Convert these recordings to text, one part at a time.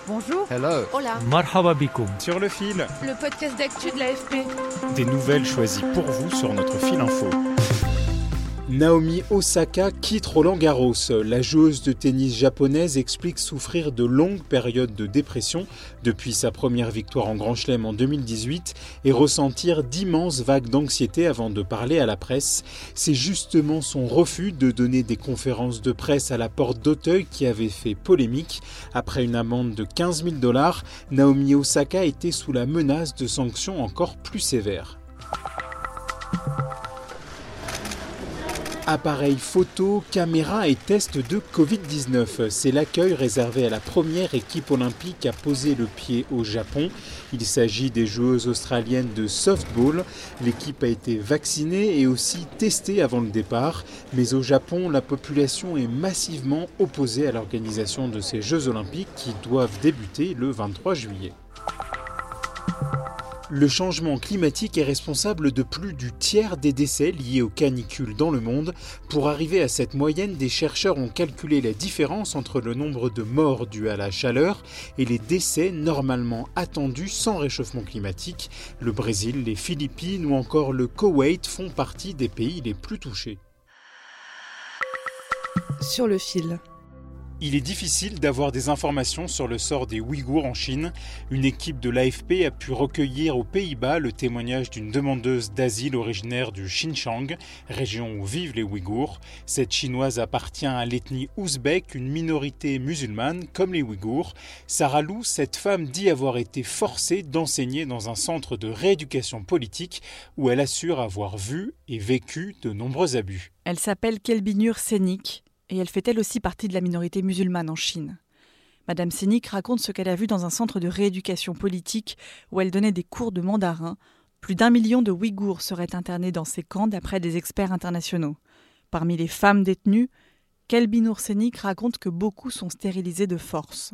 Bonjour. Hello. Hola. Marhaba bikoum. Sur le fil, Le podcast d'actu de l'AFP. des nouvelles choisies pour vous sur notre fil info. Naomi Osaka quitte Roland-Garros. La joueuse de tennis japonaise explique souffrir de longues périodes de dépression depuis sa première victoire en Grand Chelem en 2018 et ressentir d'immenses vagues d'anxiété avant de parler à la presse. C'est justement son refus de donner des conférences de presse à la porte d'Auteuil qui avait fait polémique. Après une amende de $15 000, Naomi Osaka était sous la menace de sanctions encore plus sévères. Appareils photo, caméras et tests de Covid-19. C'est l'accueil réservé à la première équipe olympique à poser le pied au Japon. Il s'agit des joueuses australiennes de softball. L'équipe a été vaccinée et aussi testée avant le départ. Mais au Japon, la population est massivement opposée à l'organisation de ces Jeux olympiques qui doivent débuter le 23 juillet. Le changement climatique est responsable de plus du tiers des décès liés aux canicules dans le monde. Pour arriver à cette moyenne, des chercheurs ont calculé la différence entre le nombre de morts dus à la chaleur et les décès normalement attendus sans réchauffement climatique. Le Brésil, les Philippines ou encore le Koweït font partie des pays les plus touchés. Sur le fil. Il est difficile d'avoir des informations sur le sort des Ouïghours en Chine. Une équipe de l'AFP a pu recueillir aux Pays-Bas le témoignage d'une demandeuse d'asile originaire du Xinjiang, région où vivent les Ouïghours. Cette Chinoise appartient à l'ethnie ouzbek, une minorité musulmane comme les Ouïghours. Sarah Lou, cette femme dit avoir été forcée d'enseigner dans un centre de rééducation politique où elle assure avoir vu et vécu de nombreux abus. Elle s'appelle Kelbinur Senik. Et elle fait elle aussi partie de la minorité musulmane en Chine. Madame Senik raconte ce qu'elle a vu dans un centre de rééducation politique où elle donnait des cours de mandarin. Plus d'1 million de Ouïghours seraient internés dans ces camps d'après des experts internationaux. Parmi les femmes détenues, Kelbinur Senik raconte que beaucoup sont stérilisées de force.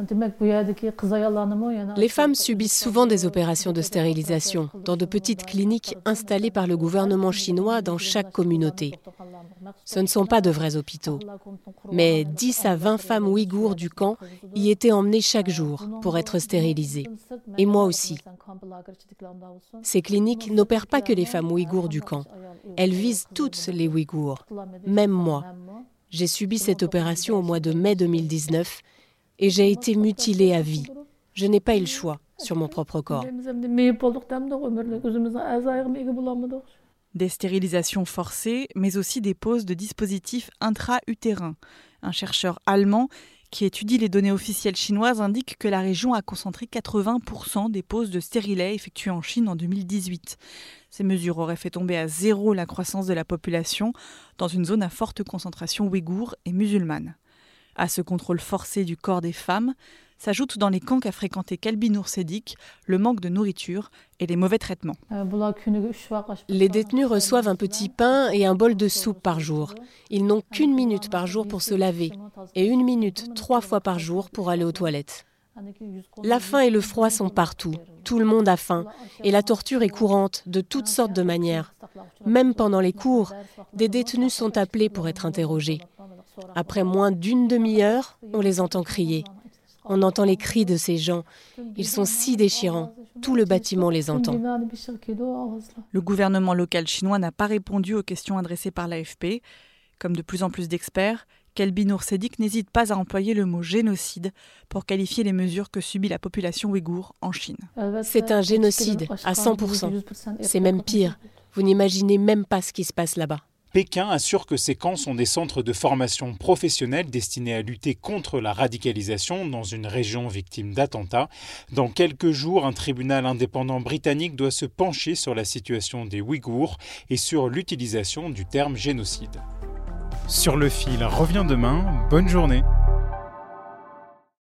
Les femmes subissent souvent des opérations de stérilisation dans de petites cliniques installées par le gouvernement chinois dans chaque communauté. Ce ne sont pas de vrais hôpitaux, mais 10 à 20 femmes ouïghours du camp y étaient emmenées chaque jour pour être stérilisées. Et moi aussi. Ces cliniques n'opèrent pas que les femmes ouïghours du camp. Elles visent toutes les Ouïghours, même moi. J'ai subi cette opération au mois de mai 2019 et j'ai été mutilée à vie. Je n'ai pas eu le choix sur mon propre corps. Des stérilisations forcées, mais aussi des poses de dispositifs intra-utérins. Un chercheur allemand qui étudie les données officielles chinoises indique que la région a concentré 80% des poses de stérilets effectuées en Chine en 2018. Ces mesures auraient fait tomber à zéro la croissance de la population dans une zone à forte concentration ouïghour et musulmane. À ce contrôle forcé du corps des femmes s'ajoute dans les camps qu'a fréquenté Kelbinur Senik le manque de nourriture et les mauvais traitements. Les détenus reçoivent un petit pain et un bol de soupe par jour. Ils n'ont qu'1 minute par jour pour se laver et 1 minute 3 fois par jour pour aller aux toilettes. La faim et le froid sont partout. Tout le monde a faim et la torture est courante de toutes sortes de manières. Même pendant les cours, des détenus sont appelés pour être interrogés. Après moins d'1 demi-heure, on les entend crier. On entend les cris de ces gens. Ils sont si déchirants. Tout le bâtiment les entend. Le gouvernement local chinois n'a pas répondu aux questions adressées par l'AFP. Comme de plus en plus d'experts, Kelbinur Senik n'hésite pas à employer le mot génocide pour qualifier les mesures que subit la population ouïghour en Chine. C'est un génocide à 100%. C'est même pire. Vous n'imaginez même pas ce qui se passe là-bas. Pékin assure que ces camps sont des centres de formation professionnelle destinés à lutter contre la radicalisation dans une région victime d'attentats. Dans quelques jours, un tribunal indépendant britannique doit se pencher sur la situation des Ouïghours et sur l'utilisation du terme génocide. Sur le fil revient demain. Bonne journée.